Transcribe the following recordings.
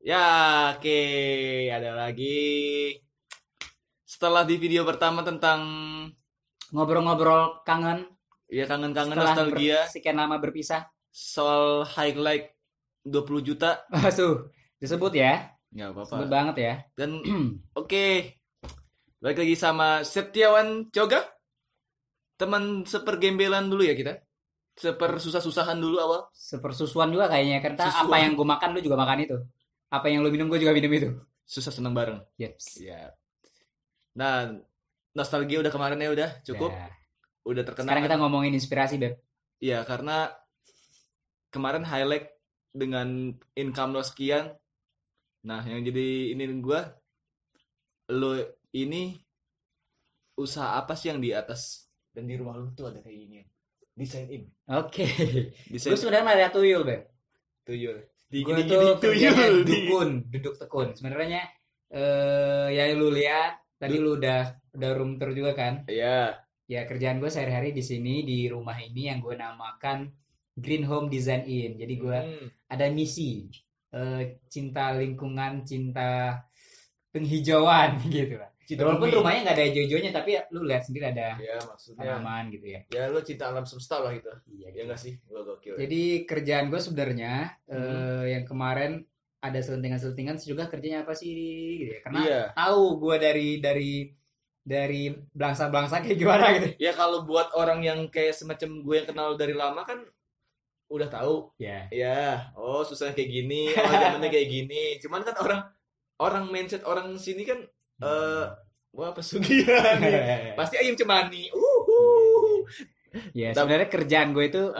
Ya, oke, ada lagi. Setelah di video pertama tentang Ngobrol-ngobrol kangen ya kangen-kangen setelah nostalgia sekian lama berpisah. soal highlight 20 juta, Tuh, disebut ya. nggak apa-apa. Sebut banget ya. Dan oke, balik lagi sama Setiawan Coga, teman sepergembelan dulu ya kita. Sepersusah-susahan dulu awal. Sepersusuan juga kayaknya. Karena apa Susuan. yang gue makan lu juga makan itu. Apa yang lu minum gue juga minum itu. Susah senang bareng. Yeps. Ya. Nah, nostalgia udah kemarin ya udah cukup. Ya. Udah terkenal. Sekarang kita ngomongin inspirasi, Beb. Ya, karena kemarin highlight dengan income lo sekian. Nah, yang jadi ini gua, lo ini usaha apa sih yang di atas dan di rumah lo tuh ada kayak gini. Design in. Oke. Design Gue sebenarnya ada tuyul, Beb. tuyul. Gue tuh kerjanya dukun, duduk tekun. Sebenarnya ya lu lihat tadi lu udah room tour juga kan? Iya. Ya kerjaan gue sehari-hari di sini di rumah ini yang gue namakan Green Home Design In. Jadi gue ada misi cinta lingkungan, cinta penghijauan gitu lah. Walaupun rumahnya nggak ada hijau-hijaunya, tapi ya, lu lihat sendiri ada ya, maksudnya tanaman gitu ya. ya lo cinta alam semesta lah gitu. Iya, Ya gitu. nggak sih? Lo gokil. Jadi kerjaan gue sebenarnya yang kemarin ada selentingan-selentingan juga kerjanya apa sih gitu ya. Karena Iya. tahu gue dari belangsa-belangsa kayak gimana gitu. Ya kalau buat orang yang kayak semacam gue yang kenal dari lama kan udah tahu. Ya. Ya, oh susahnya kayak gini, oh zamannya kayak gini. Cuman kan orang mindset orang sini kan wah pesugihan nih. Pasti ayam cemani. Ya, sebenarnya kerjaan gue itu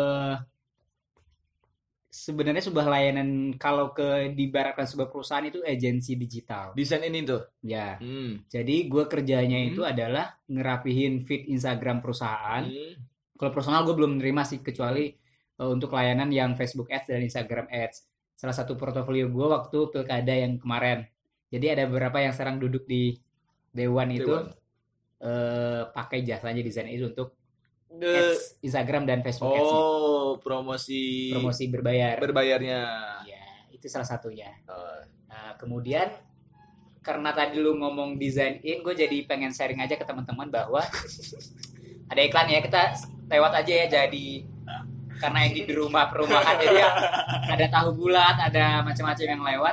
sebenarnya sebuah layanan kalau diibaratkan sebuah perusahaan itu agensi digital. Desain ini tuh. Ya. Jadi gue kerjanya itu adalah ngerapihin feed Instagram perusahaan. Kalau personal gue belum menerima sih kecuali untuk layanan yang Facebook Ads dan Instagram Ads. Salah satu portofolio gue waktu pilkada yang kemarin. Jadi ada beberapa yang sekarang duduk di Dewan itu pakai jasanya desain itu untuk ads Instagram dan Facebook Ads. Oh, promosi berbayar. Berbayarnya. Ya, itu salah satunya. Nah, kemudian karena tadi lu ngomong design in, gue jadi pengen sharing aja ke teman-teman bahwa ada iklan ya, kita lewat aja ya jadi karena ini di rumah perumahan jadi ya, ada tahu bulat, ada macam-macam yang lewat.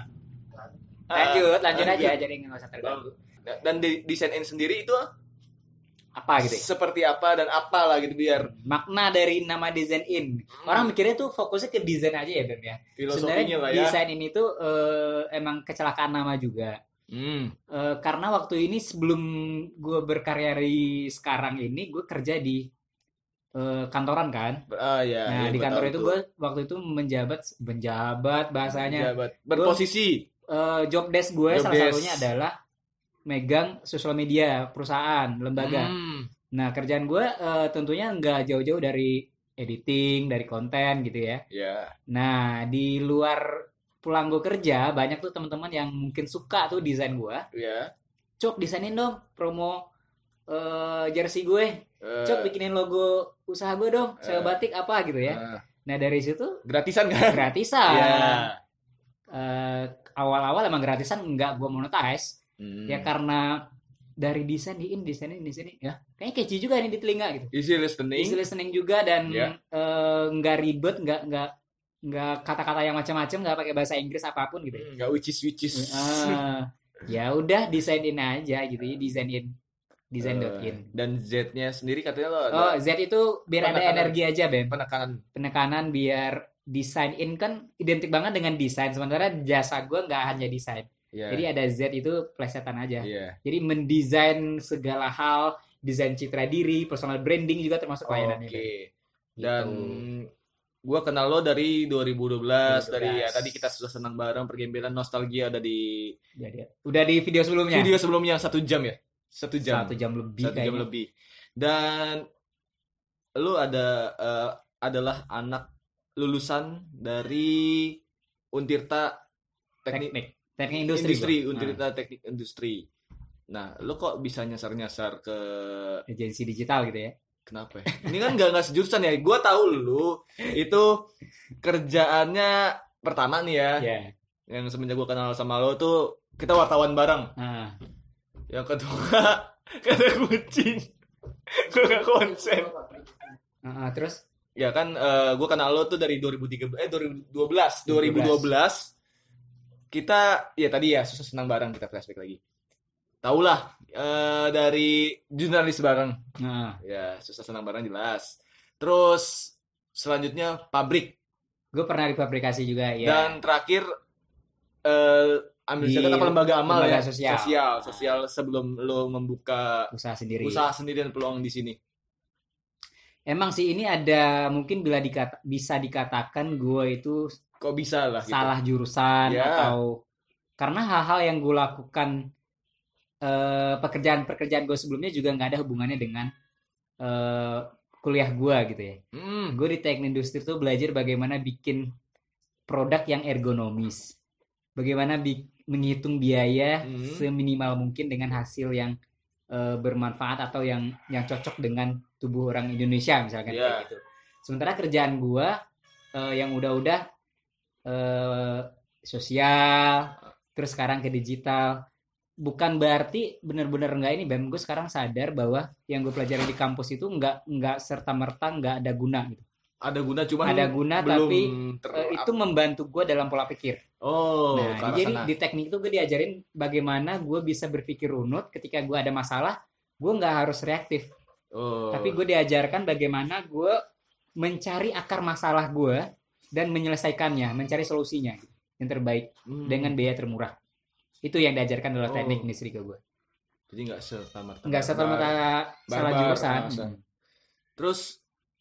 Lanjut aja jadi nggak usah terganggu. Dan desain in sendiri itu apa gitu? Seperti apa dan apa lah gitu biar makna dari nama design in. Orang mikirnya tuh fokusnya ke desain aja ya Bem ya. Sebenarnya desain ini tuh emang kecelakaan nama juga. Karena waktu ini sebelum gue berkarya di sekarang ini gue kerja di kantoran kan. Nah di kantor itu gue waktu itu menjabat bahasanya. Berposisi. Job desk gue salah satunya adalah megang sosial media perusahaan lembaga. Nah kerjaan gue tentunya nggak jauh-jauh dari editing, dari konten gitu ya. Nah di luar pulang gue kerja banyak tuh teman-teman yang mungkin suka tuh desain gue. Cok desainin dong promo jersey gue. Cok bikinin logo usaha gue dong, sewa batik apa gitu ya. Nah dari situ gratisan kan? Gratisan. Awal-awal emang gratisan nggak gue monetize. Ya karena dari desain di sini ya kayaknya catchy juga nih di telinga gitu. Easy listening juga dan nggak ribet, nggak kata-kata yang macam-macam, nggak pakai bahasa Inggris apapun gitu. Nggak which is. Ya udah desainin aja gitu ya, design.in. Dan Z-nya sendiri katanya lo ada. Z itu biar ada energi aja Bem. Penekanan biar design in kan identik banget dengan desain, sementara jasa gue nggak hanya desain. Jadi ada Z itu plesetan aja. Jadi mendesain segala hal, desain citra diri, personal branding juga termasuk layanannya. Dan gue kenal lo dari 2012. Dari ya tadi kita sudah senang bareng pergembelan nostalgia ada di. Udah di video sebelumnya. Video sebelumnya 1 jam ya. 1 jam. 1 jam lebih. 1 jam lebih. Dan lo adalah anak lulusan dari Untirta Teknik Industri. Untirta Teknik Industri. Nah, lo kok bisa nyasar-nyasar ke agensi digital gitu ya? Kenapa? Ini kan nggak sejurusan ya. Gue tahu lo itu kerjaannya pertama nih ya. yang semenjak gue kenal sama lo tuh kita wartawan bareng. Nah, Yang kedua kata kucing. Gue gak konsen. Terus Ya kan gue kenal lo tuh dari 2012 kita ya tadi ya susah senang bareng, kita flashback lagi. Taulah dari jurnalis bareng. nah, Ya susah senang bareng jelas. Terus selanjutnya pabrik. gue pernah di pabrikasi juga ya. Dan terakhir ambil Di zakat apa lembaga amal lembaga ya? sosial. Sosial sebelum lo membuka Usaha sendiri. usaha sendiri dan peluang di sini. Emang sih ini ada mungkin bisa dikatakan gue itu Kok bisa lah gitu. salah jurusan Ya. atau karena hal-hal yang gue lakukan pekerjaan gue sebelumnya juga nggak ada hubungannya dengan kuliah gue gitu ya. Gue di teknik industri tuh belajar bagaimana bikin produk yang ergonomis, bagaimana menghitung biaya seminimal mungkin dengan hasil yang bermanfaat atau yang cocok dengan tubuh orang Indonesia misalkan kayak gitu. Sementara kerjaan gue yang udah sosial, terus sekarang ke digital, bukan berarti benar-benar enggak ini Bam. Gue sekarang sadar bahwa yang gue pelajari di kampus itu enggak serta-merta enggak ada guna gitu. Ada guna cuman ada guna belum tapi itu membantu gue dalam pola pikir. Nah, jadi sana. di teknik itu gue diajarin bagaimana gue bisa berpikir runut ketika gue ada masalah, gue nggak harus reaktif. Tapi gue diajarkan bagaimana gue mencari akar masalah gue dan menyelesaikannya, mencari solusinya yang terbaik dengan biaya termurah. Itu yang diajarkan dalam teknik industri ke gue. Jadi nggak serta-merta. Nggak serta-merta salah jurusan. Terus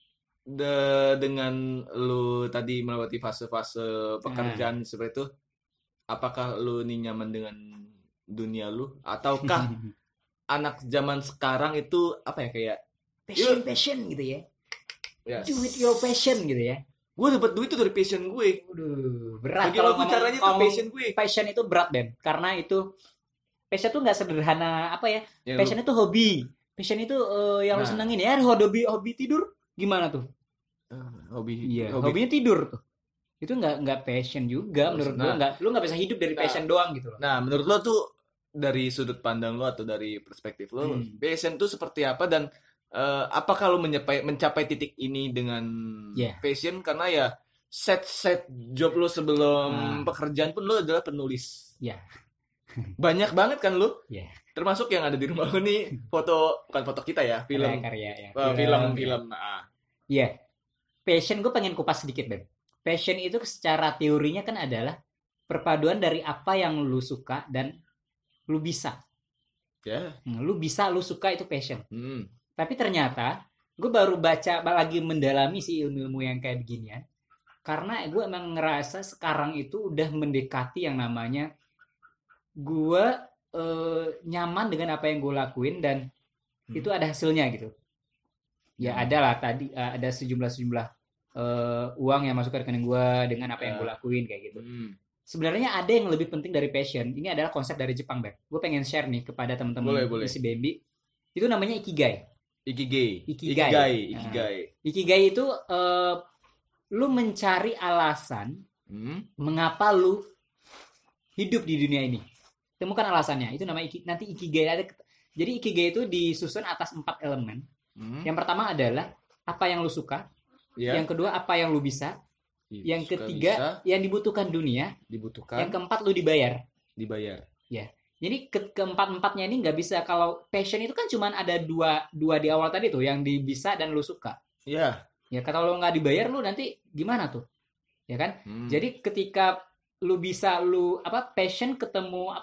dengan lu tadi melewati fase-fase pekerjaan seperti itu, apakah lu nih nyaman dengan dunia lu ataukah anak zaman sekarang itu apa ya kayak passion gitu ya? Yes. Do with your passion gitu ya. Gue dapat duit itu dari passion gue. Waduh, berat. Kalau caranya itu passion gue. Passion itu berat, Ben. Karena itu passion itu nggak sederhana apa ya? Passion itu hobi. Passion itu yang lu senengin ya. Hobi tidur gimana tuh? Hobinya tidur tuh. Itu nggak passion juga menurut gue. Lu nggak bisa hidup dari passion doang gitu loh. Nah, menurut lo tuh dari sudut pandang lo atau dari perspektif lo, passion tuh seperti apa dan apakah lo mencapai titik ini dengan passion? Karena ya set job lo sebelum pekerjaan pun lo adalah penulis. Banyak banget kan lo? Termasuk yang ada di rumah lo nih, bukan foto kita ya, film. Film. Passion gue pengen kupas sedikit, Ben. Passion itu secara teorinya kan adalah perpaduan dari apa yang lu suka dan lu bisa. Lu bisa, lu suka itu passion. Tapi ternyata gue baru baca lagi mendalami sih ilmu-ilmu yang kayak beginian. Karena gue emang ngerasa sekarang itu udah mendekati yang namanya gue nyaman dengan apa yang gue lakuin dan itu ada hasilnya gitu. Ya ada lah tadi ada sejumlah uang yang masuk ke rekening gue dengan apa yang gue lakuin kayak gitu. Sebenarnya ada yang lebih penting dari passion. Ini adalah konsep dari Jepang, Beb. Gue pengen share nih kepada teman-teman si Bambi. Itu namanya Ikigai. Ikigai itu lu mencari alasan mengapa lu hidup di dunia ini. Temukan alasannya. Itu namanya nanti Ikigai ada. Jadi Ikigai itu disusun atas 4 elemen. Yang pertama adalah apa yang lu suka. Yang kedua apa yang lu bisa. Yang ketiga yang dibutuhkan dunia. Yang keempat lu dibayar. Ya. Jadi keempat-empatnya ini nggak bisa. Kalau passion itu kan cuma ada dua di awal tadi tuh, yang bisa dan lu suka. Ya kalau lu nggak dibayar lu nanti gimana tuh? Ya kan? Jadi ketika lu bisa passion ketemu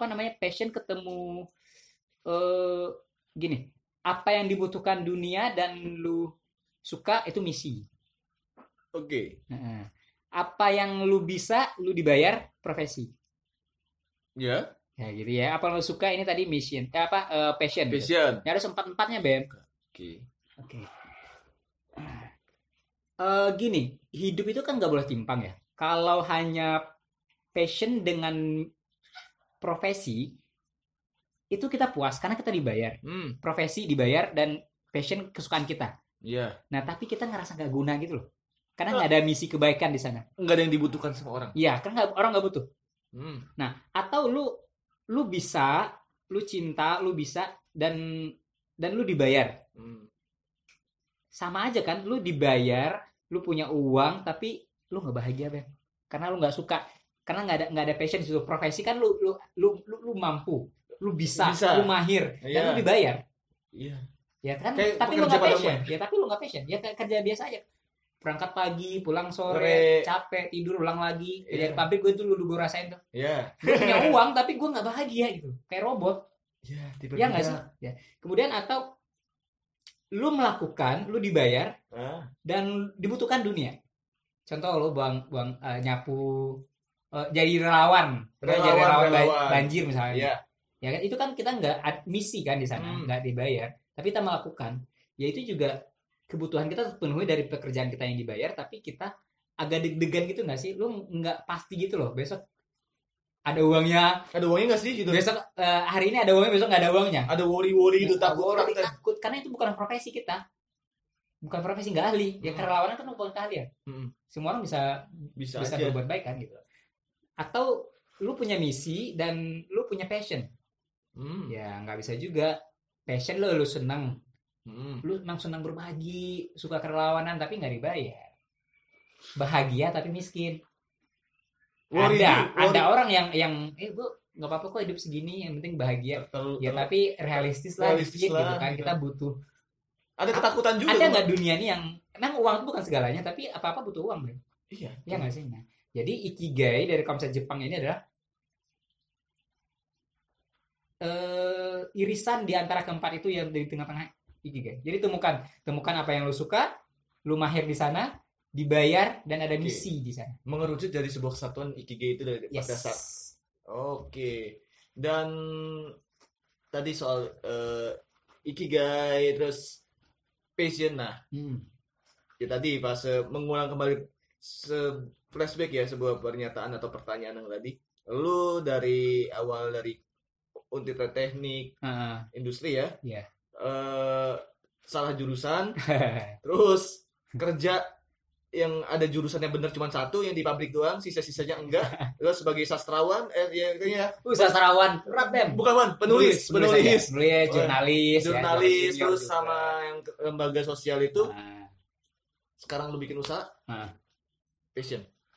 gini. Apa yang dibutuhkan dunia dan lu suka itu misi. Apa yang lu bisa, lu dibayar profesi. Ya gitu ya. Apa lu suka ini tadi mission. Passion. Gitu. Ya harus 4-4-nya, Bem. Oke. Gini, hidup itu kan nggak boleh timpang ya. Kalau hanya passion dengan profesi itu kita puas karena kita dibayar. Profesi dibayar dan passion kesukaan kita. Nah, tapi kita ngerasa nggak guna gitu loh. Karena nggak ada misi kebaikan di sana. Nggak ada yang dibutuhkan sama orang. Iya, kan orang nggak butuh. Nah, atau lu bisa, lu cinta, lu bisa dan lu dibayar. Sama aja kan, lu dibayar, lu punya uang tapi lu nggak bahagia, Ben. Karena lu nggak suka, karena nggak ada passion di situ. Profesi kan lu mampu, lu bisa, lu mahir dan lu dibayar. Iya. Ya kan, tapi lu nggak passion. Ya tapi lu nggak passion. Ya kerja biasa aja. Berangkat pagi, pulang sore, capek, tidur, ulang lagi. Dari pabrik gue dulu gue rasain tuh. Iya. Gue punya uang tapi gue nggak bahagia gitu, kayak robot. Iya, ya nggak sih? Ya. Kemudian atau lu melakukan, lu dibayar dan dibutuhkan dunia. Contoh lu buang nyapu, jadi relawan banjir misalnya. Iya. Ya kan itu kan kita nggak misi kan di sana, nggak dibayar, tapi kita melakukan. Ya itu juga kebutuhan kita terpenuhi dari pekerjaan kita yang dibayar, tapi kita agak deg-degan gitu nggak sih? Lu nggak pasti gitu loh, besok ada uangnya nggak sih gitu? Besok hari ini ada uangnya, besok nggak ada uangnya. Ada worry gitu, takut karena itu bukan profesi kita, bukan profesi, nggak ahli. Ya kerelawanan kan bukan keahlian. Semua orang bisa berbuat baik kan gitu. Atau lu punya misi dan lu punya passion. Ya nggak bisa juga passion lu senang, lu memang senang berbagi, suka kerelawanan tapi nggak dibayar, bahagia tapi miskin. Ada orang yang gue nggak apa-apa kok hidup segini, yang penting bahagia. Tapi realistis lah gitu kan. Kita butuh, ada ketakutan juga. Ada nggak dunia ini yang memang uang itu bukan segalanya, tapi apa-apa butuh uang, bro. Iya nggak sih? Nah, jadi ikigai dari konsep Jepang ini adalah irisan di antara keempat itu yang di tengah-tengah ikigai. Jadi temukan apa yang lu suka, lu mahir di sana, dibayar dan ada misi di sana. Mengerucut dari sebuah kesatuan ikigai itu dari dasar. Dan tadi soal ikigai terus passion. Nah, ya tadi pas mengulang kembali flashback ya sebuah pernyataan atau pertanyaan yang tadi. Lu dari awal dari Untitled Teknik Industri ya. Salah jurusan. Terus kerja yang ada jurusannya bener cuma satu, yang di pabrik doang, sisa-sisanya enggak. Terus sebagai sastrawan, sastrawan, bukan penulis, jurnalis, terus sama yang lembaga sosial itu. Sekarang lu bikin usaha, passion.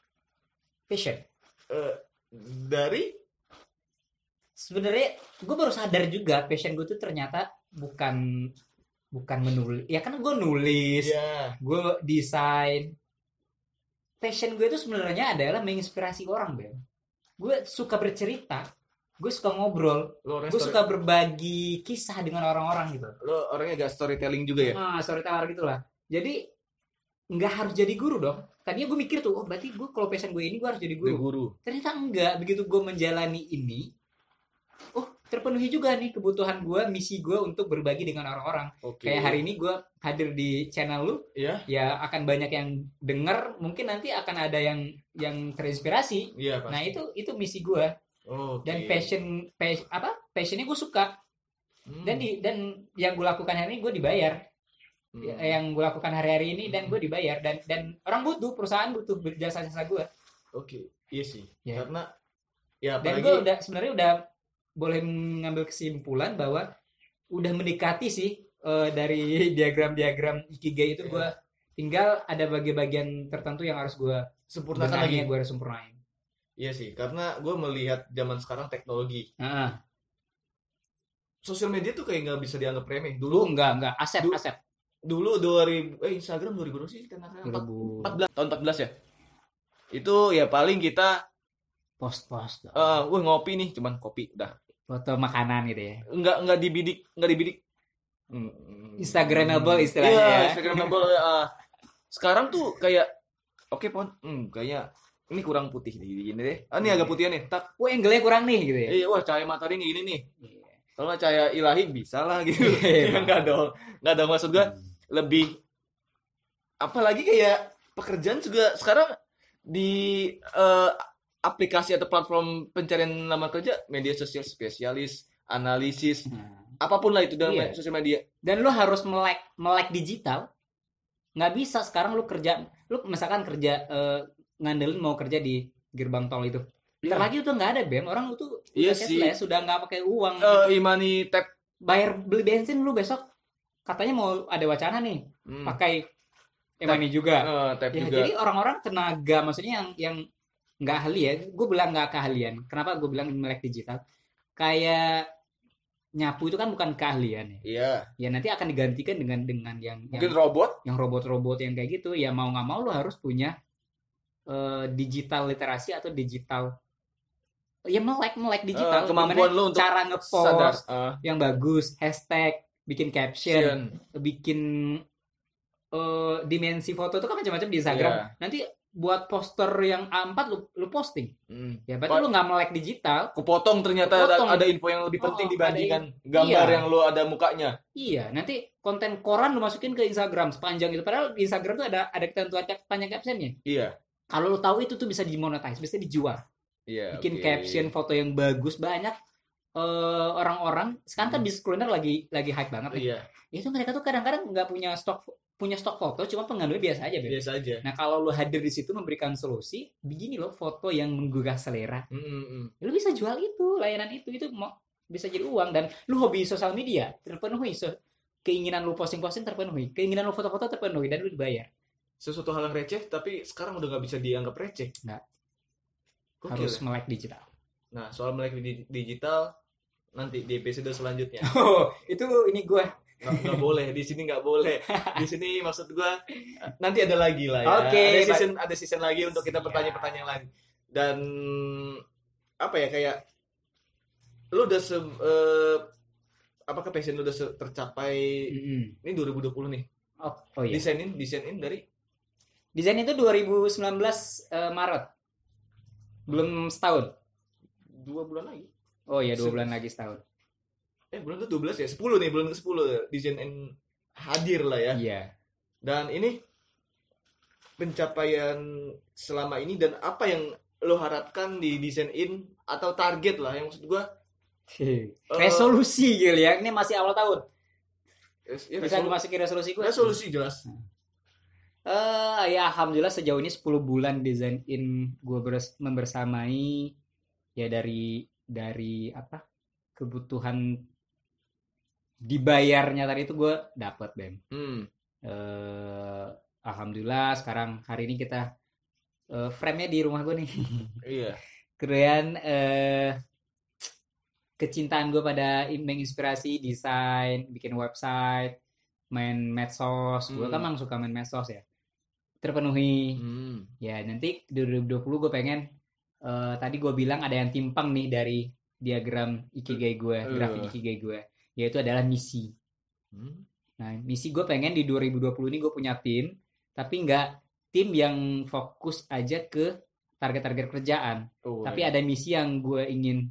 Dari sebenarnya gue baru sadar juga passion gue tuh ternyata bukan menulis. Ya kan gue nulis, gue desain. Passion gue itu sebenarnya adalah menginspirasi orang, Ben. Gue suka bercerita, gue suka ngobrol, gue suka berbagi kisah dengan orang-orang gitu. Lo orangnya agak storytelling juga ya? Storyteller gitulah. Jadi nggak harus jadi guru dong. Tadinya gue mikir tuh, berarti gue kalau passion gue ini gue harus jadi guru. Ternyata enggak. Begitu gue menjalani ini, terpenuhi juga nih kebutuhan gue, misi gue untuk berbagi dengan orang-orang. Kayak hari ini gue hadir di channel lu, ya akan banyak yang denger, mungkin nanti akan ada yang terinspirasi. Nah itu misi gue. Dan passionnya gue suka. Dan yang gue lakukan hari ini gue dibayar. Yang gue lakukan hari-hari ini dan gue dibayar, dan orang butuh, perusahaan butuh jasa-jasa gue. Iya sih. Karena ya dan gue sebenarnya udah boleh mengambil kesimpulan bahwa udah mendekati sih dari diagram ikigai itu. Gue tinggal ada bagian tertentu yang harus gue sempurnakan lagi. Gue harus sempurnain. Iya sih, karena gue melihat zaman sekarang teknologi. Sosial media tuh kayak nggak bisa dianggap remeh. Dulu enggak aset. Dulu Instagram 2000 berapa sih? 14 tahun 14 ya. Itu ya paling kita post. Ngopi nih, cuman kopi udah. Foto makanan gitu ya. Enggak dibidik. Instagramable istilahnya. Iya, Instagramable. Sekarang tuh kayak kayaknya ini kurang putih gini deh. Ini agak putihan nih. Angle-nya kurang nih gitu ya. Iya, cahaya matahari gini nih. Kalau nggak cahaya ilahi bisa lah gitu. Enggak dong maksud gua lebih, apalagi kayak pekerjaan juga sekarang di aplikasi atau platform pencarian lamar kerja, media sosial spesialis, analisis, apapun lah itu dalam sosial media. Dan lu harus melek digital. Nggak bisa sekarang lu misalkan kerja ngandelin mau kerja di gerbang tol itu. Bentar lagi udah nggak ada BEM, orang itu udah cashless, sudah nggak pakai uang. E-money tap. Bayar beli bensin lu besok katanya mau ada wacana nih pakai e-money juga. Tap Ya, juga. jadi orang-orang tenaga, maksudnya yang nggak ahli ya. Gue bilang nggak keahlian. Kenapa gue bilang melek digital? Kayak nyapu itu kan bukan keahlian ya. Iya. Ya nanti akan digantikan dengan yang mungkin robot, yang robot-robot yang kayak gitu. Ya mau nggak mau lo harus punya digital literasi atau digital, ya melek digital. kemampuan lo untuk cara ngepost yang bagus, hashtag, bikin caption, bikin dimensi foto itu kan macam-macam di Instagram. Nanti buat poster yang A4 lu posting. Ya berarti lu nggak melek digital. Kepotong ternyata ada info yang lebih penting dibandingkan gambar yang lu ada mukanya. Iya, nanti konten koran lu masukin ke Instagram sepanjang itu. Padahal di Instagram tuh ada ketentuan panjang captionnya. Iya. Kalau lu tahu itu tuh bisa dimonetize, bisa dijual. Iya. Bikin caption, foto yang bagus, banyak orang-orang sekarang kan bisnis kuliner lagi hype banget nih. Iya. Itu mereka tuh kadang-kadang nggak punya stok foto, cuma pengambilnya biasa aja. Biasa aja. Nah kalau lu hadir di situ memberikan solusi, begini loh foto yang menggugah selera, lu bisa jual itu, layanan itu mau bisa jadi uang. Dan lu hobi sosial media terpenuhi, keinginan lu posting-posting terpenuhi, keinginan lu foto-foto terpenuhi, dan lu dibayar. Sesuatu hal yang receh, tapi sekarang udah nggak bisa dianggap receh. Nggak. Harus melek digital. Nah soal melek digital nanti di episode selanjutnya. Oh itu ini gue. Nggak boleh, di sini nggak boleh. Di sini maksud gua nanti ada lagi lah ya. Okay, ada season lagi untuk kita pertanyaan-pertanyaan lagi. Dan apa ya, kayak lu udah apakah passion lu udah tercapai? Ini 2020 nih. Oh iya. Desain dari desain itu 2019 Maret. Belum setahun. 2 bulan lagi. Oh iya, 2 bulan lagi setahun. Bulan ke-12 ya, 10 nih, bulan ke-10 Design hadir lah ya. Iya. Dan ini pencapaian selama ini dan apa yang lo harapkan di Design In atau target lah, yang maksud gua resolusi gitu ya. Ini masih awal tahun. Ya, bisa masukin resolusi gue? Resolusi jelas. Ya alhamdulillah sejauh ini 10 bulan Design In gue membersamai ya dari apa? Kebutuhan dibayarnya tadi itu gue dapat BEM. Alhamdulillah sekarang hari ini kita frame-nya di rumah gue nih. Iya. Kemudian kecintaan gue pada menginspirasi desain, bikin website, main medsos. Gue kan memang suka main medsos ya. Terpenuhi. Ya nanti 2020 gue pengen tadi gue bilang ada yang timpang nih dari diagram ikigai gue, grafik ikigai gue, yaitu adalah misi. Nah, misi gue pengen di 2020 ini gue punya tim, tapi nggak tim yang fokus aja ke target-target kerjaan, tapi ada misi yang gue ingin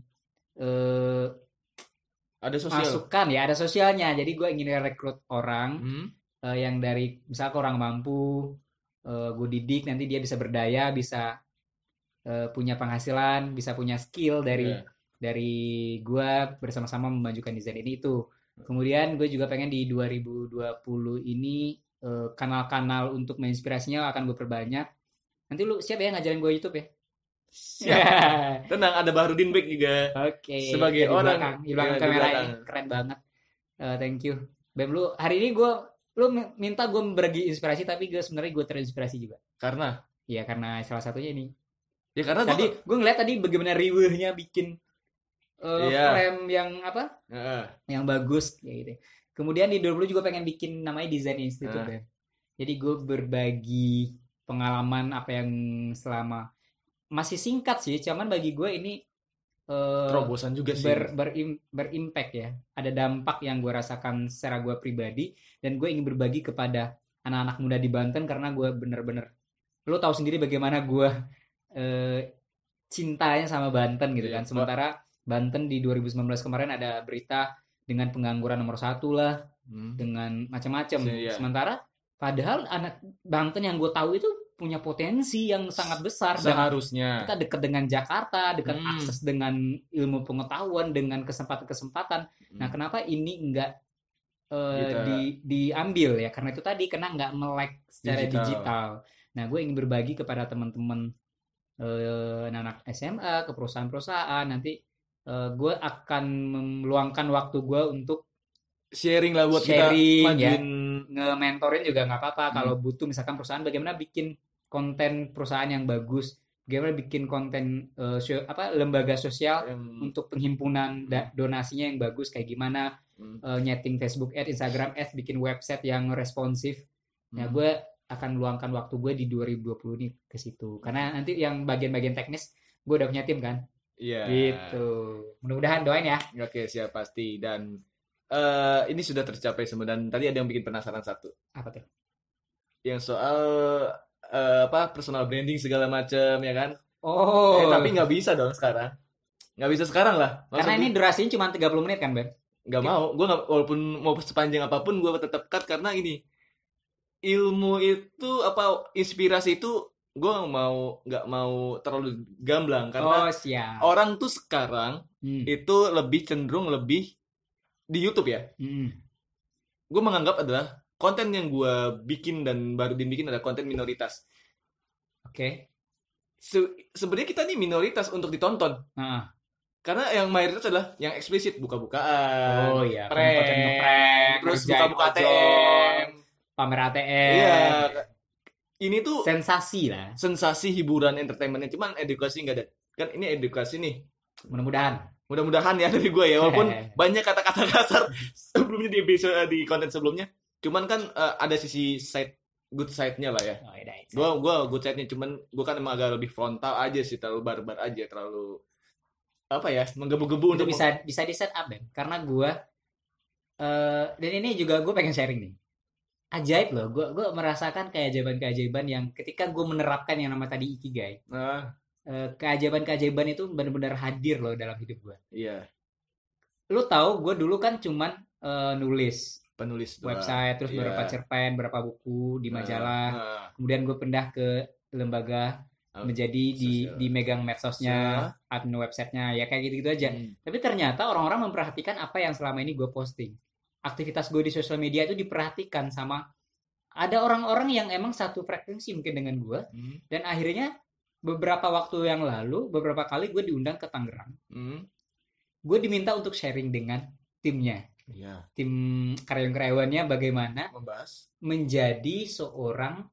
ada sosial. Masukkan ya, ada sosialnya. Jadi gue ingin rekrut orang yang dari misalnya orang mampu, gue didik nanti dia bisa berdaya, bisa punya penghasilan, bisa punya skill dari gue bersama-sama memajukan desain ini itu. Kemudian gue juga pengen di 2020 ini kanal-kanal untuk menginspirasinya akan gue perbanyak. Nanti lu siap ya ngajarin gue YouTube ya? Siap. Tenang, ada Bahrudin Bek juga. Oke. Sebagai orang di belakang kamera ini keren banget. Thank you. Bem, lu hari ini lu minta gue berbagi inspirasi, tapi sebenarnya gue terinspirasi juga. Karena? Iya, karena salah satunya ini. Ya karena tadi gue ngeliat tadi bagaimana riwehnya bikin frame yang apa? Yang bagus kayak gitu. Kemudian di 2020 juga pengen bikin namanya Design Institute ya. Jadi gue berbagi pengalaman apa yang selama masih singkat sih, cuman bagi gue ini terobosan juga sih. Berimpact ya. Ada dampak yang gue rasakan secara gue pribadi, dan gue ingin berbagi kepada anak-anak muda di Banten karena gue bener-bener, lo tahu sendiri bagaimana gue cintanya sama Banten gitu kan. Sementara Banten di 2019 kemarin ada berita dengan pengangguran nomor 1 lah, dengan macam-macam. Sementara padahal anak Banten yang gue tahu itu punya potensi yang sangat besar. Seharusnya. Kita dekat dengan Jakarta, dekat akses dengan ilmu pengetahuan, dengan kesempatan-kesempatan. Nah, kenapa ini enggak diambil ya? Karena itu tadi, karena enggak melek secara digital. Nah, gue ingin berbagi kepada teman-teman anak SMA, ke perusahaan-perusahaan. Nanti gue akan meluangkan waktu gue untuk sharing lah buat sharing, kita ya. majuin. Nge-mentorin juga nggak apa-apa. Kalau butuh misalkan perusahaan bagaimana bikin konten perusahaan yang bagus, bagaimana bikin konten lembaga sosial untuk penghimpunan donasinya yang bagus kayak gimana, nyeting Facebook Ads, Instagram Ads, bikin website yang responsif. Nah, gue akan meluangkan waktu gue di 2020 ini ke situ. Karena nanti yang bagian-bagian teknis gue udah punya tim kan. Iya. Gitu. Mudah-mudahan doain ya. Oke, siap pasti. Dan ini sudah tercapai semua. Dan tadi ada yang bikin penasaran satu. Apa tuh? Yang soal personal branding segala macam ya kan? Oh. Tapi nggak bisa dong sekarang. Nggak bisa sekarang lah. Karena ini durasinya cuma 30 menit kan, Ben? Nggak mau. Gue walaupun mau sepanjang apapun gue tetap cut karena ini ilmu itu inspirasi itu gue nggak mau terlalu gamblang karena orang tuh sekarang itu lebih cenderung lebih di YouTube ya. Gue menganggap adalah konten yang gue bikin dan baru dibikin adalah konten minoritas. Oke. Sebenarnya kita nih minoritas untuk ditonton. Karena yang mayoritas adalah yang eksplisit, buka-bukaan, prank, terus buka-buka ATM, pamer ATM. Iya. Ini tuh sensasi lah. Sensasi, hiburan, entertainmentnya. Cuman edukasi nggak ada. Kan ini edukasi nih. Mudah-mudahan ya dari gue ya. Walaupun banyak kata-kata kasar sebelumnya di episode di konten sebelumnya. Cuman kan ada sisi good side-nya lah ya. Gue good side-nya. Cuman gue kan emang agak lebih frontal aja sih. Terlalu barbar aja. Terlalu menggebu-gebu untuk bisa di set up Ben. Karena gue dan ini juga gue pengen sharing nih. Ajaib loh, gue merasakan keajaiban-keajaiban yang ketika gue menerapkan yang nama tadi Ikigai. Keajaiban-keajaiban itu benar-benar hadir loh dalam hidup gue. Iya. Lu tahu gue dulu kan cuman penulis website, terus beberapa cerpen, beberapa buku di majalah. Kemudian gue pindah ke lembaga menjadi di megang medsosnya, admin websitenya, ya kayak gitu-gitu aja. Tapi ternyata orang-orang memperhatikan apa yang selama ini gue posting. Aktivitas gue di sosial media itu diperhatikan sama ada orang-orang yang emang satu frekuensi mungkin dengan gue. Dan akhirnya beberapa waktu yang lalu, beberapa kali gue diundang ke Tangerang. Gue diminta untuk sharing dengan timnya. Tim karyawan-karyawannya bagaimana membahas menjadi seorang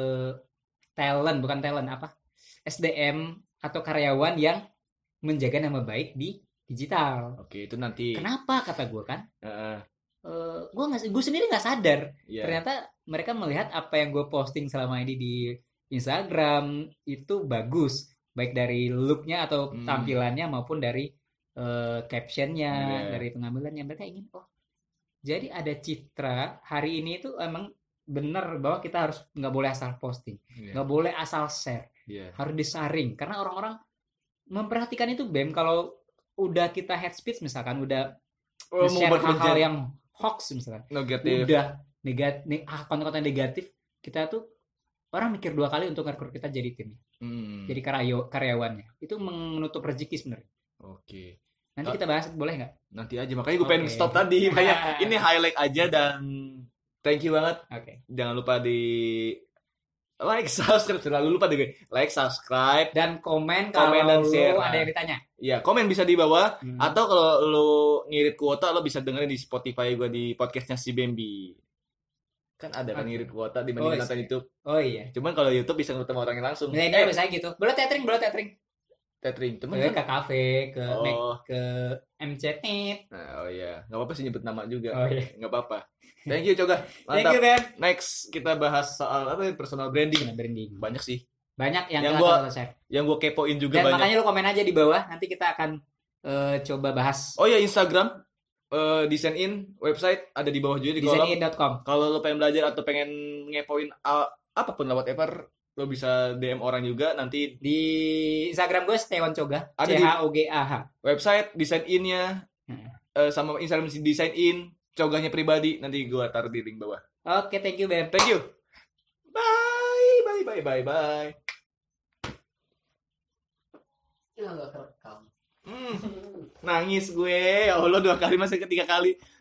SDM atau karyawan yang menjaga nama baik di digital. Oke, itu nanti. Kenapa kata gue kan? Gue sendiri nggak sadar. Ternyata mereka melihat apa yang gue posting selama ini di Instagram itu bagus, baik dari looknya atau tampilannya maupun dari captionnya, dari pengambilannya. Mereka ingin jadi ada citra hari ini itu emang benar bahwa kita harus nggak boleh asal posting, nggak boleh asal share, harus disaring karena orang-orang memperhatikan itu Bem. Kalau udah kita head speech misalkan udah share hal-hal yang hoax misalkan, udah konten-konten negatif, kita tuh orang mikir 2 kali untuk ngerekrut kita jadi timnya, jadi karyawannya. Itu menutup rezeki sebenarnya. Oke. Nanti kita bahas boleh nggak? Nanti aja, makanya gue pengen stop tadi. Kayak ini highlight aja dan thank you banget. Jangan lupa di like, subscribe, selalu lupa deh like, subscribe dan komen kalau dan share. Ada yang ditanya. Iya, komen bisa di bawah atau kalau lo ngirit kuota lo bisa dengerin di Spotify gue di podcastnya si Bambi. Kan ada kan ngirit kuota dibanding nonton YouTube. Oh iya. Cuman kalau YouTube bisa ketemu orangnya langsung. Milenial biasanya gitu. Boleh tethering. Teman ke kafe, ke MCT. Oh iya, nggak apa-apa sih nyebut nama juga. Nggak apa-apa. Thank you Coga. Mantap. Thank you Ben. Next kita bahas soal personal branding. Banyak sih. Banyak yang gue kepoin juga. Dan banyak. Makanya lu komen aja di bawah. Nanti kita akan coba bahas. Oh ya, Instagram Design In website ada di bawah juga di kolom. designin.com. Kalau lo pengen belajar atau pengen ngepoin apapun whatever, lo bisa DM orang juga. Nanti di Instagram gue Setiawan Coga, CHOGAH. Website Design In-nya sama Instagram Design In, Coganya pribadi nanti gue taruh di link bawah. Oke, thank you Beb. Thank you. Bye. Nangis gue. Ya Allah, 2 kali masih 3 kali.